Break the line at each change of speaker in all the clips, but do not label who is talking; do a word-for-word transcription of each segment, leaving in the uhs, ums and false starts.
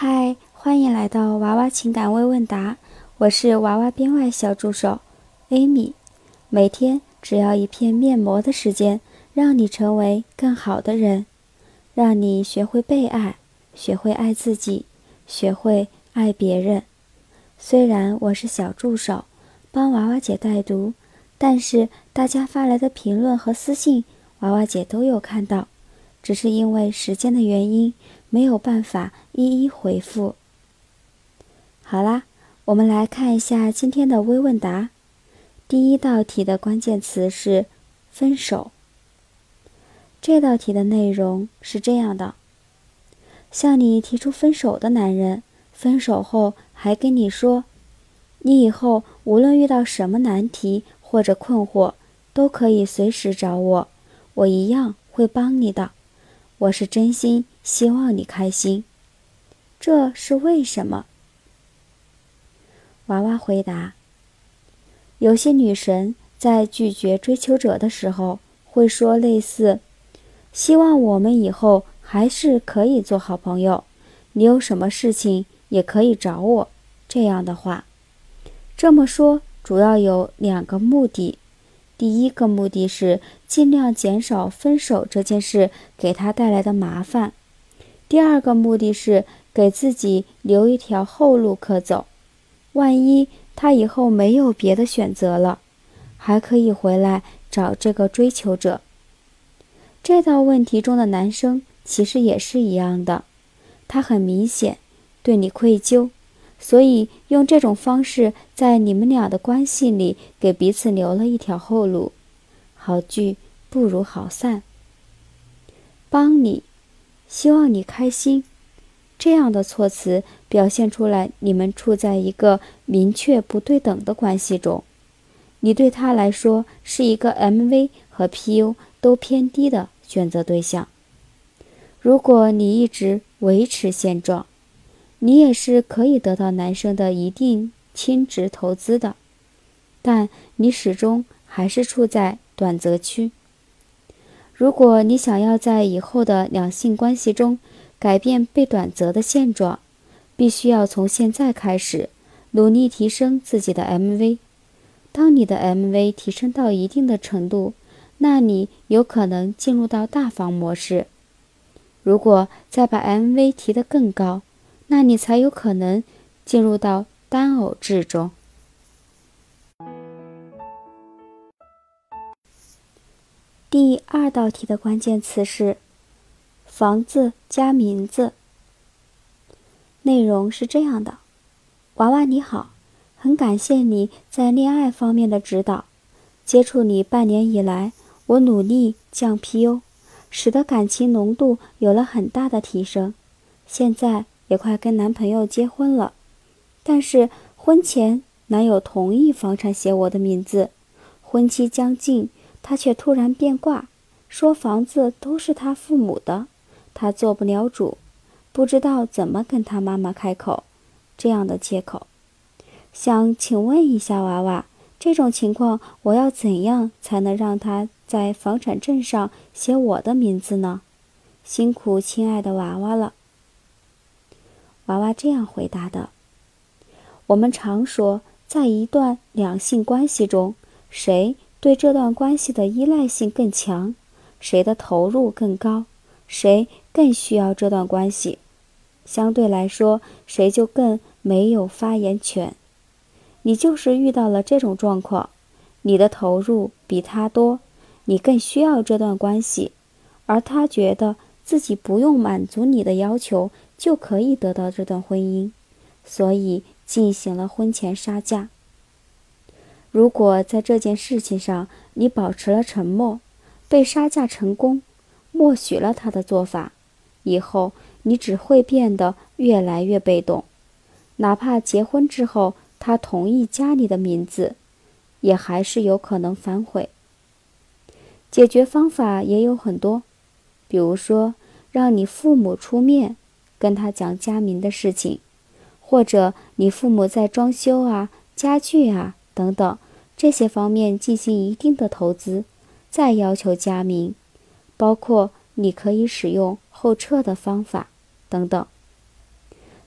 嗨，欢迎来到娃娃情感微问答，我是娃娃编外小助手 Amy。每天只要一片面膜的时间，让你成为更好的人，让你学会被爱，学会爱自己，学会爱别人。虽然我是小助手，帮娃娃姐带读，但是大家发来的评论和私信，娃娃姐都有看到，只是因为时间的原因，没有办法一一回复。好啦，我们来看一下今天的微问答。第一道题的关键词是分手。这道题的内容是这样的：向你提出分手的男人，分手后还跟你说，你以后无论遇到什么难题或者困惑，都可以随时找我，我一样会帮你的。我是真心希望你开心。这是为什么？娃娃回答：有些女神在拒绝追求者的时候，会说类似希望我们以后还是可以做好朋友，你有什么事情也可以找我，这样的话。这么说主要有两个目的。第一个目的是尽量减少分手这件事给他带来的麻烦。第二个目的是给自己留一条后路可走，万一他以后没有别的选择了，还可以回来找这个追求者。这道问题中的男生其实也是一样的，他很明显对你愧疚，所以用这种方式在你们俩的关系里给彼此留了一条后路。好聚不如好散。帮你，希望你开心，这样的措辞表现出来你们处在一个明确不对等的关系中。你对他来说是一个 M V 和 P U 都偏低的选择对象。如果你一直维持现状，你也是可以得到男生的一定亲值投资的，但你始终还是处在短择区。如果你想要在以后的两性关系中改变被短择的现状，必须要从现在开始努力提升自己的 M V。 当你的 M V 提升到一定的程度，那你有可能进入到大方模式。如果再把 M V 提得更高，那你才有可能进入到单偶制中。第二道题的关键词是房子加名字。内容是这样的：娃娃你好，很感谢你在恋爱方面的指导。接触你半年以来，我努力降 P U， 使得感情浓度有了很大的提升。现在也快跟男朋友结婚了，但是婚前男友同意房产写我的名字，婚期将近，他却突然变卦，说房子都是他父母的，他做不了主，不知道怎么跟他妈妈开口这样的借口。想请问一下娃娃，这种情况我要怎样才能让他在房产证上写我的名字呢？辛苦亲爱的娃娃了。娃娃这样回答的：我们常说，在一段两性关系中，谁对这段关系的依赖性更强，谁的投入更高，谁更需要这段关系，相对来说，谁就更没有发言权。你就是遇到了这种状况，你的投入比他多，你更需要这段关系，而他觉得自己不用满足你的要求就可以得到这段婚姻，所以进行了婚前杀价。如果在这件事情上你保持了沉默，被杀价成功，默许了他的做法，以后你只会变得越来越被动，哪怕结婚之后他同意加你的名字，也还是有可能反悔。解决方法也有很多，比如说让你父母出面跟他讲加名的事情，或者你父母在装修啊、家具啊等等这些方面进行一定的投资，再要求加名，包括你可以使用后撤的方法等等。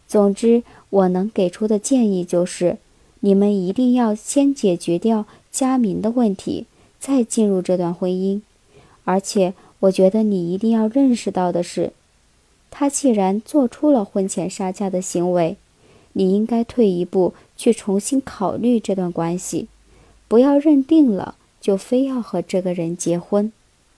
总之，我能给出的建议就是，你们一定要先解决掉家民的问题，再进入这段婚姻。而且，我觉得你一定要认识到的是，他既然做出了婚前杀价的行为，你应该退一步去重新考虑这段关系，不要认定了就非要和这个人结婚。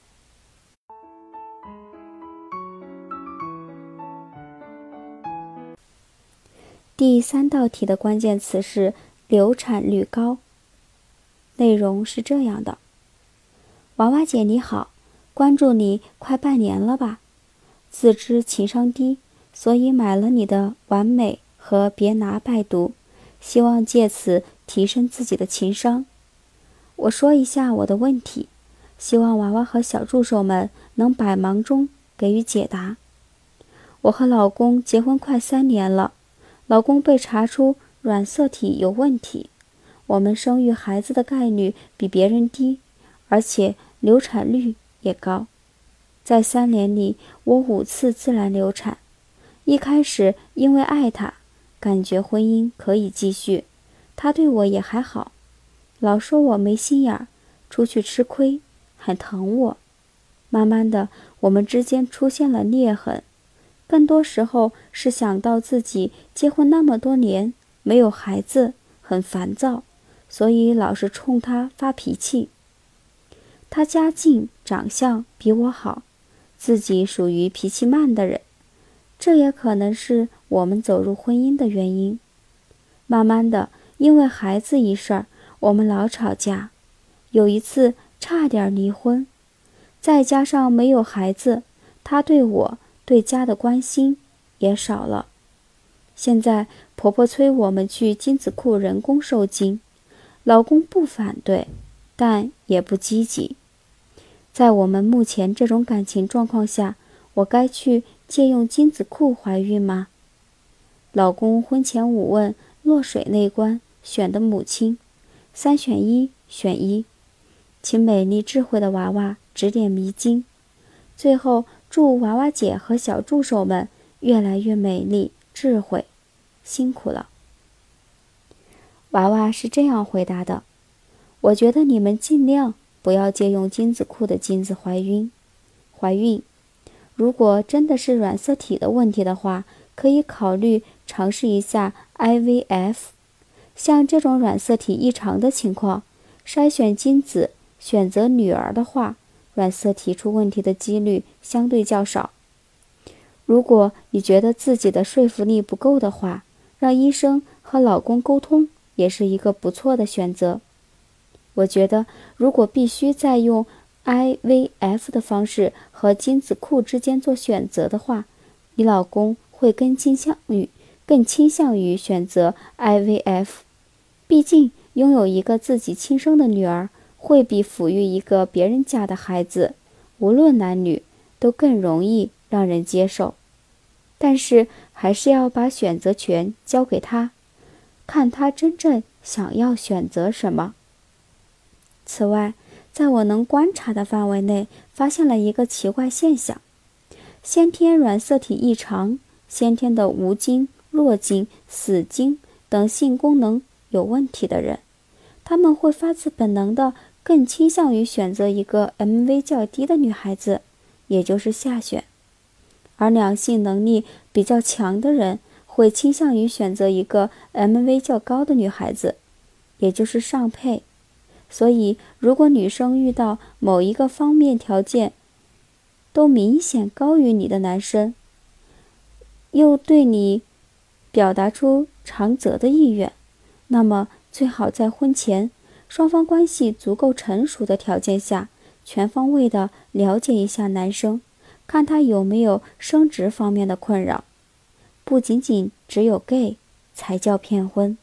第三道题的关键词是流产率高。内容是这样的：娃娃姐你好，关注你快半年了吧？自知情商低，所以买了你的《完美》和《别拿》拜读，希望借此提升自己的情商。我说一下我的问题，希望娃娃和小助手们能百忙中给予解答。我和老公结婚快三年了，老公被查出染色体有问题，我们生育孩子的概率比别人低，而且流产率也高。在三年里，我五次自然流产。一开始因为爱他，感觉婚姻可以继续，他对我也还好，老说我没心眼儿，出去吃亏，很疼我。慢慢的，我们之间出现了裂痕，更多时候是想到自己结婚那么多年没有孩子，很烦躁，所以老是冲他发脾气。他家境长相比我好，自己属于脾气慢的人，这也可能是我们走入婚姻的原因。慢慢的，因为孩子一事儿，我们老吵架，有一次差点离婚。再加上没有孩子，他对我对家的关心也少了。现在婆婆催我们去精子库人工受精，老公不反对，但也不积极。在我们目前这种感情状况下，我该去借用精子库怀孕吗？老公婚前五问落水那一关选的母亲，三选一选一，请美丽智慧的娃娃指点迷津。最后祝娃娃姐和小助手们越来越美丽智慧，辛苦了。娃娃是这样回答的：我觉得你们尽量不要借用精子库的精子怀孕。怀孕，如果真的是染色体的问题的话，可以考虑尝试一下 I V F。像这种染色体异常的情况，筛选精子选择女儿的话，染色体出问题的几率相对较少。如果你觉得自己的说服力不够的话，让医生和老公沟通也是一个不错的选择。我觉得如果必须再用 I V F 的方式和精子库之间做选择的话，你老公会更倾向于更倾向于选择 I V F。 毕竟拥有一个自己亲生的女儿，会比抚育一个别人家的孩子，无论男女，都更容易让人接受。但是还是要把选择权交给他，看他真正想要选择什么。此外，在我能观察的范围内，发现了一个奇怪现象：先天染色体异常、先天的无精、弱精、死精等性功能有问题的人，他们会发自本能的更倾向于选择一个 M V 较低的女孩子，也就是下选；而两性能力比较强的人会倾向于选择一个 M V 较高的女孩子，也就是上配。所以，如果女生遇到某一个方面条件都明显高于你的男生，又对你表达出长择的意愿，那么最好在婚前双方关系足够成熟的条件下，全方位的了解一下男生，看他有没有生殖方面的困扰。不仅仅只有 gay 才叫骗婚。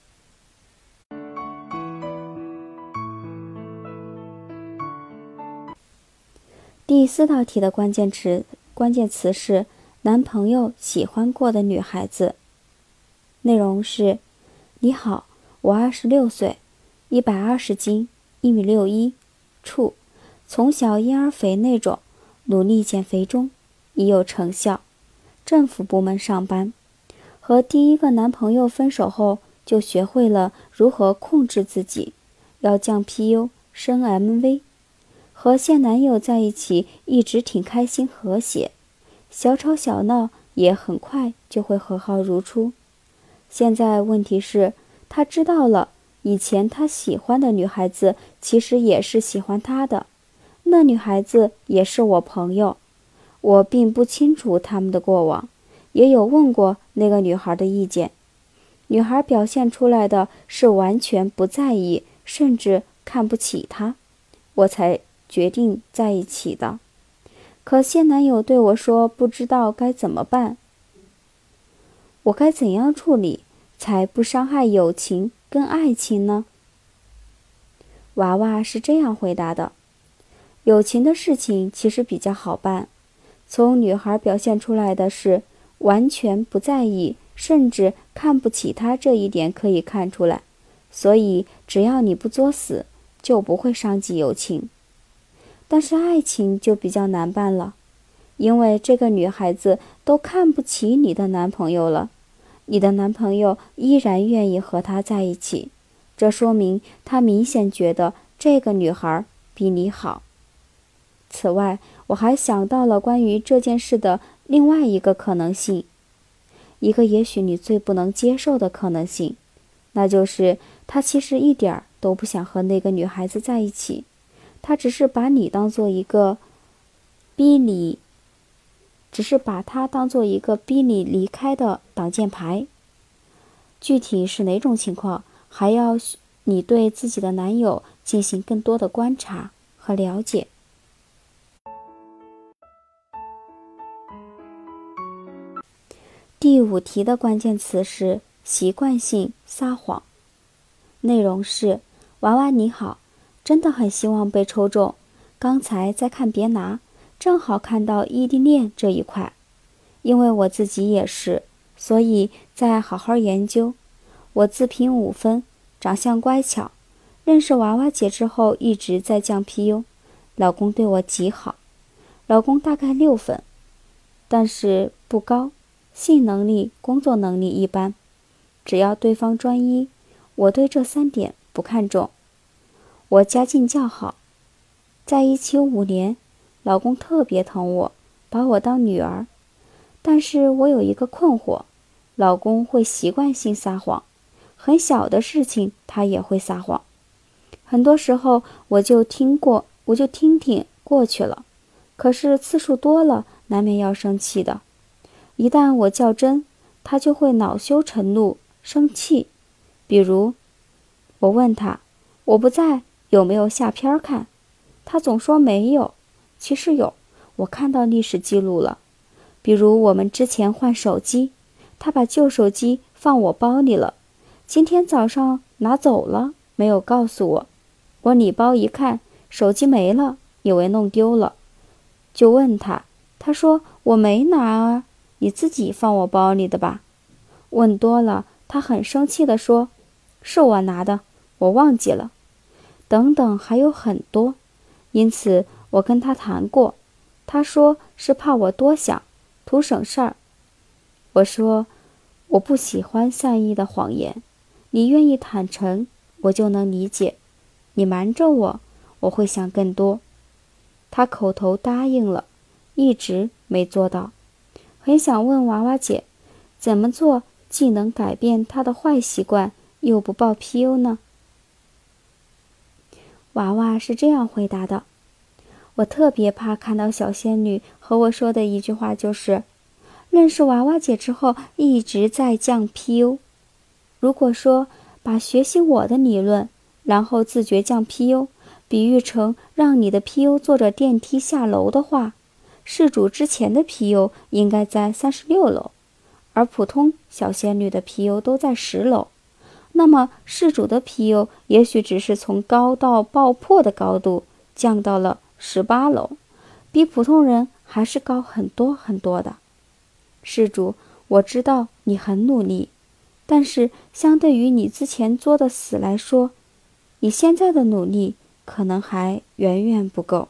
第四道题的关键词关键词是男朋友喜欢过的女孩子。内容是：你好，我二十六岁，一百二十斤，一米六一，处，从小婴儿肥那种，努力减肥中，已有成效，政府部门上班。 和第一个男朋友分手后，就学会了如何控制自己，要降 P U 升 M V。 和现男友在一起一直挺开心和谐，小吵小闹也很快就会和好如初。现在问题是，他知道了以前他喜欢的女孩子其实也是喜欢他的，那女孩子也是我朋友，我并不清楚他们的过往，也有问过那个女孩的意见。女孩表现出来的是完全不在意，甚至看不起他，我才决定在一起的。可现男友对我说不知道该怎么办，我该怎样处理才不伤害友情跟爱情呢？娃娃是这样回答的：友情的事情其实比较好办，从女孩表现出来的是完全不在意，甚至看不起他这一点可以看出来，所以只要你不作死，就不会伤及友情。但是爱情就比较难办了，因为这个女孩子都看不起你的男朋友了，你的男朋友依然愿意和她在一起，这说明他明显觉得这个女孩比你好。此外，我还想到了关于这件事的另外一个可能性，一个也许你最不能接受的可能性，那就是他其实一点都不想和那个女孩子在一起，他只是把你当做一个逼你，只是把他当做一个逼你离开的挡箭牌。具体是哪种情况，还要你对自己的男友进行更多的观察和了解。第五题的关键词是习惯性撒谎。内容是：娃娃你好，真的很希望被抽中，刚才在看别拿，正好看到异地恋这一块，因为我自己也是，所以再好好研究。我自评五分，长相乖巧，认识娃娃姐之后一直在降 P U， 老公对我极好，老公大概六分，但是不高，性能力、工作能力一般，只要对方专一，我对这三点不看重。我家境较好，在一起五年，老公特别疼我，把我当女儿。但是我有一个困惑，老公会习惯性撒谎，很小的事情他也会撒谎。很多时候我就听过，我就听听过去了，可是次数多了，难免要生气的。一旦我较真，他就会恼羞成怒，生气。比如我问他我不在有没有下片看，他总说没有，其实有，我看到历史记录了。比如我们之前换手机，他把旧手机放我包里了，今天早上拿走了，没有告诉我。我理包一看，手机没了，以为弄丢了，就问他，他说我没拿啊，你自己放我包里的吧。问多了，他很生气地说，是我拿的，我忘记了。等等还有很多，因此我跟他谈过，他说是怕我多想，图省事儿。我说我不喜欢善意的谎言，你愿意坦诚，我就能理解，你瞒着我，我会想更多。他口头答应了，一直没做到。很想问娃娃姐，怎么做既能改变他的坏习惯，又不爆 P U 呢？娃娃是这样回答的：我特别怕看到小仙女和我说的一句话，就是认识娃娃姐之后一直在降 P U。 如果说把学习我的理论，然后自觉降 P U 比喻成让你的 P U 坐着电梯下楼的话，事主之前的 P U 应该在三十六楼，而普通小仙女的 P U 都在十楼。那么事主的 P U 也许只是从高到爆破的高度降到了十八楼，比普通人还是高很多很多的。事主，我知道你很努力，但是相对于你之前作的死来说，你现在的努力可能还远远不够。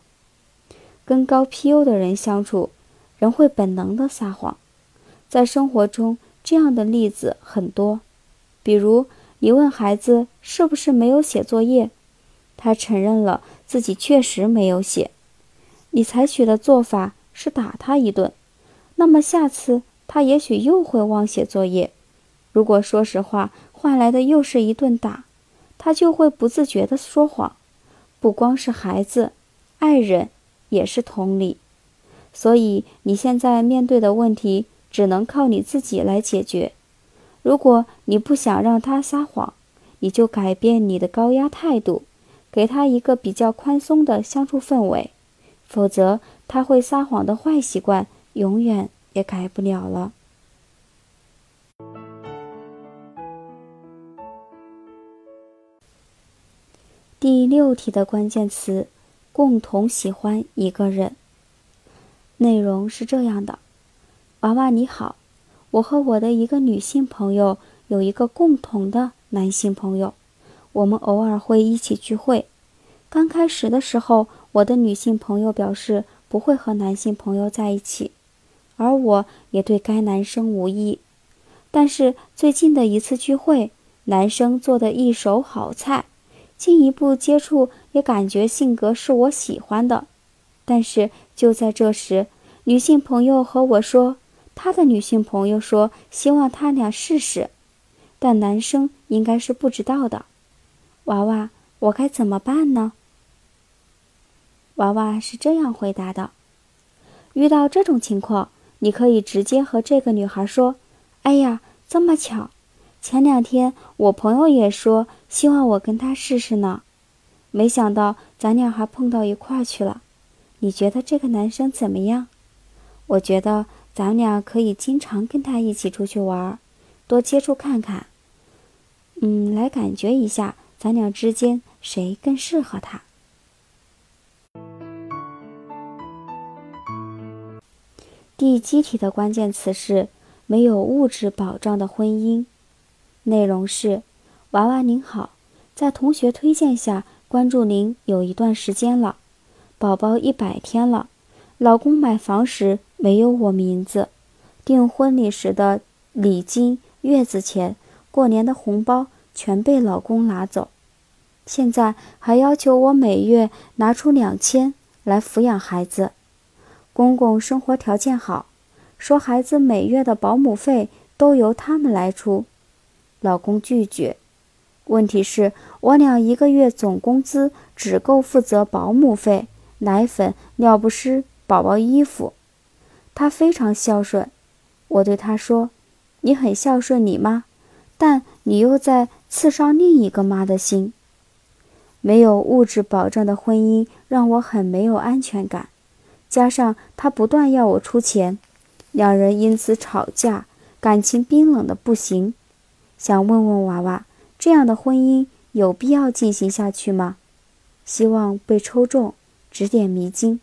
跟高 P U 的人相处，人会本能的撒谎，在生活中这样的例子很多。比如，你问孩子是不是没有写作业，他承认了自己确实没有写。你采取的做法是打他一顿，那么下次他也许又会忘写作业。如果说实话换来的又是一顿打，他就会不自觉地说谎。不光是孩子，爱人也是同理。所以你现在面对的问题只能靠你自己来解决。如果你不想让他撒谎，你就改变你的高压态度，给他一个比较宽松的相处氛围，否则他会撒谎的坏习惯永远也改不了了。第六题的关键词：共同喜欢一个人。内容是这样的：娃娃你好，我和我的一个女性朋友有一个共同的男性朋友，我们偶尔会一起聚会。刚开始的时候，我的女性朋友表示不会和男性朋友在一起，而我也对该男生无意。但是最近的一次聚会，男生做的一手好菜，进一步接触也感觉性格是我喜欢的。但是就在这时，女性朋友和我说，她的女性朋友说希望他俩试试，但男生应该是不知道的。娃娃，我该怎么办呢？娃娃是这样回答的：遇到这种情况，你可以直接和这个女孩说，哎呀，这么巧，前两天我朋友也说希望我跟他试试呢，没想到咱俩还碰到一块儿去了。你觉得这个男生怎么样？我觉得咱俩可以经常跟他一起出去玩，多接触看看，嗯，来感觉一下咱俩之间谁更适合他。第七题的关键词是没有物质保障的婚姻。内容是：娃娃您好，在同学推荐下关注您有一段时间了，宝宝一百天了，老公买房时没有我名字，订婚礼时的礼金、月子钱、过年的红包全被老公拿走，现在还要求我每月拿出两千来抚养孩子。公公生活条件好，说孩子每月的保姆费都由他们来出，老公拒绝。问题是我俩一个月总工资只够负责保姆费、奶粉、尿不湿、宝宝衣服。他非常孝顺，我对他说，你很孝顺你妈，但你又在刺伤另一个妈的心。没有物质保障的婚姻让我很没有安全感，加上他不断要我出钱，两人因此吵架，感情冰冷的不行。想问问娃娃，这样的婚姻有必要进行下去吗？希望被抽中，指点迷津。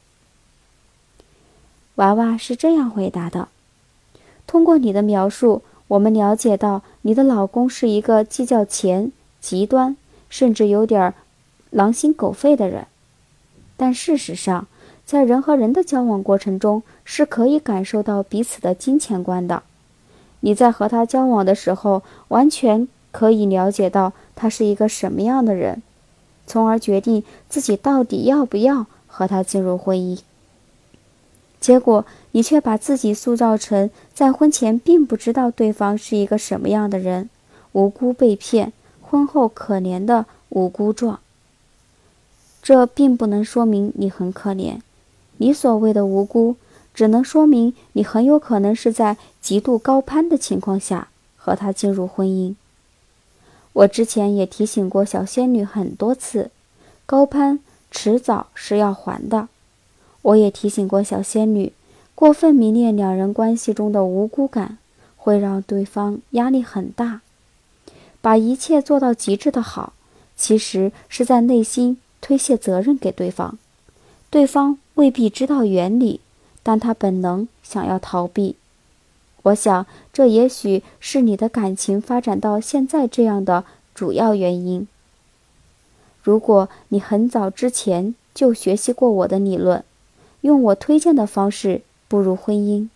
娃娃是这样回答的：通过你的描述，我们了解到你的老公是一个计较钱、极端，甚至有点狼心狗肺的人。但事实上，在人和人的交往过程中，是可以感受到彼此的金钱观的。你在和他交往的时候，完全可以了解到他是一个什么样的人，从而决定自己到底要不要和他进入婚姻。结果你却把自己塑造成在婚前并不知道对方是一个什么样的人，无辜被骗，婚后可怜的无辜状。这并不能说明你很可怜，你所谓的无辜只能说明你很有可能是在极度高攀的情况下和他进入婚姻。我之前也提醒过小仙女很多次，高攀迟早是要还的。我也提醒过小仙女，过分迷恋两人关系中的无辜感，会让对方压力很大。把一切做到极致的好，其实是在内心推卸责任给对方。对方未必知道原理，但他本能想要逃避。我想，这也许是你的感情发展到现在这样的主要原因。如果你很早之前就学习过我的理论，用我推荐的方式步入婚姻，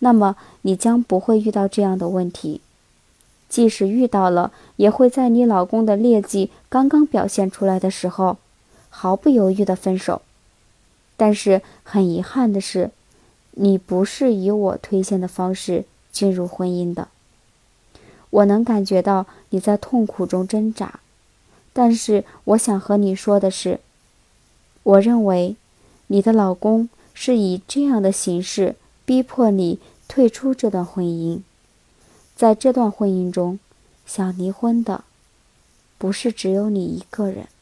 那么你将不会遇到这样的问题。即使遇到了，也会在你老公的劣迹刚刚表现出来的时候，毫不犹豫地分手。但是很遗憾的是，你不是以我推荐的方式进入婚姻的。我能感觉到你在痛苦中挣扎，但是我想和你说的是，我认为你的老公是以这样的形式逼迫你退出这段婚姻。在这段婚姻中，想离婚的不是只有你一个人。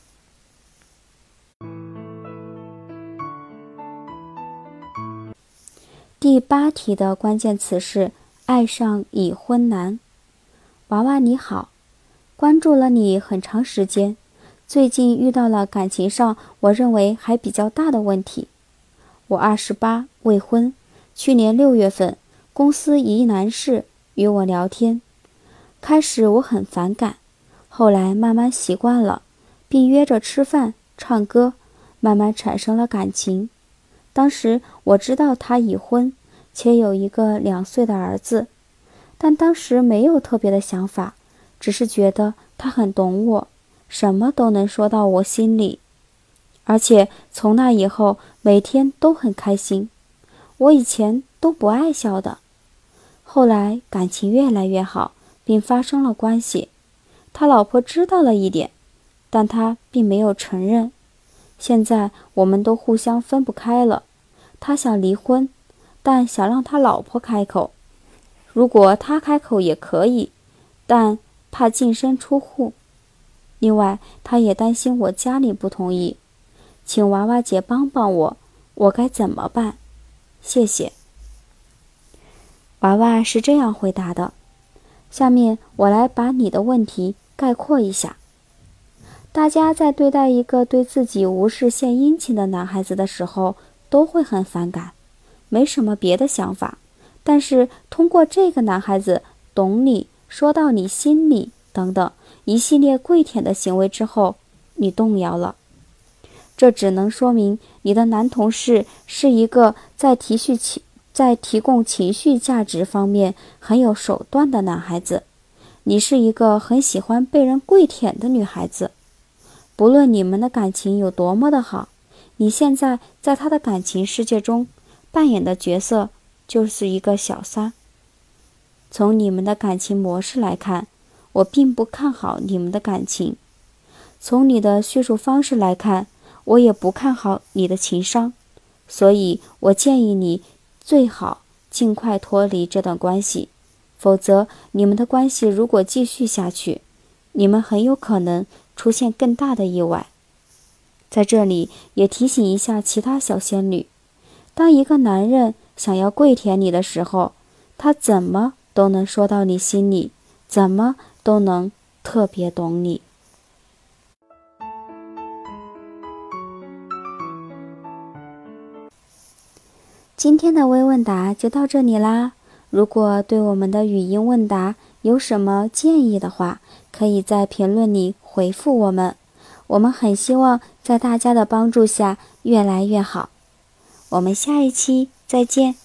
第八题的关键词是爱上已婚男。娃娃你好，关注了你很长时间，最近遇到了感情上我认为还比较大的问题。我二十八，未婚，去年六月份，公司一男士与我聊天，开始我很反感，后来慢慢习惯了，并约着吃饭、唱歌，慢慢产生了感情。当时我知道他已婚，且有一个两岁的儿子，但当时没有特别的想法，只是觉得他很懂我，什么都能说到我心里。而且从那以后，每天都很开心。我以前都不爱笑的。后来感情越来越好，并发生了关系。他老婆知道了一点，但他并没有承认。现在我们都互相分不开了。他想离婚，但想让他老婆开口。如果他开口也可以，但怕净身出户。另外，他也担心我家里不同意。请娃娃姐帮帮我，我该怎么办？谢谢。娃娃是这样回答的，下面我来把你的问题概括一下。大家在对待一个对自己无事献殷勤的男孩子的时候，都会很反感，没什么别的想法。但是通过这个男孩子懂你，说到你心里等等一系列跪舔的行为之后，你动摇了。这只能说明你的男同事是一个在提续情在提供情绪价值方面很有手段的男孩子，你是一个很喜欢被人跪舔的女孩子。不论你们的感情有多么的好，你现在在他的感情世界中扮演的角色就是一个小三。从你们的感情模式来看，我并不看好你们的感情。从你的叙述方式来看，我也不看好你的情商。所以我建议你最好尽快脱离这段关系，否则你们的关系如果继续下去，你们很有可能出现更大的意外。在这里也提醒一下其他小仙女，当一个男人想要跪舔你的时候，他怎么都能说到你心里，怎么都能特别懂你。今天的微问答就到这里啦。如果对我们的语音问答有什么建议的话，可以在评论里回复我们。我们很希望在大家的帮助下越来越好。我们下一期再见。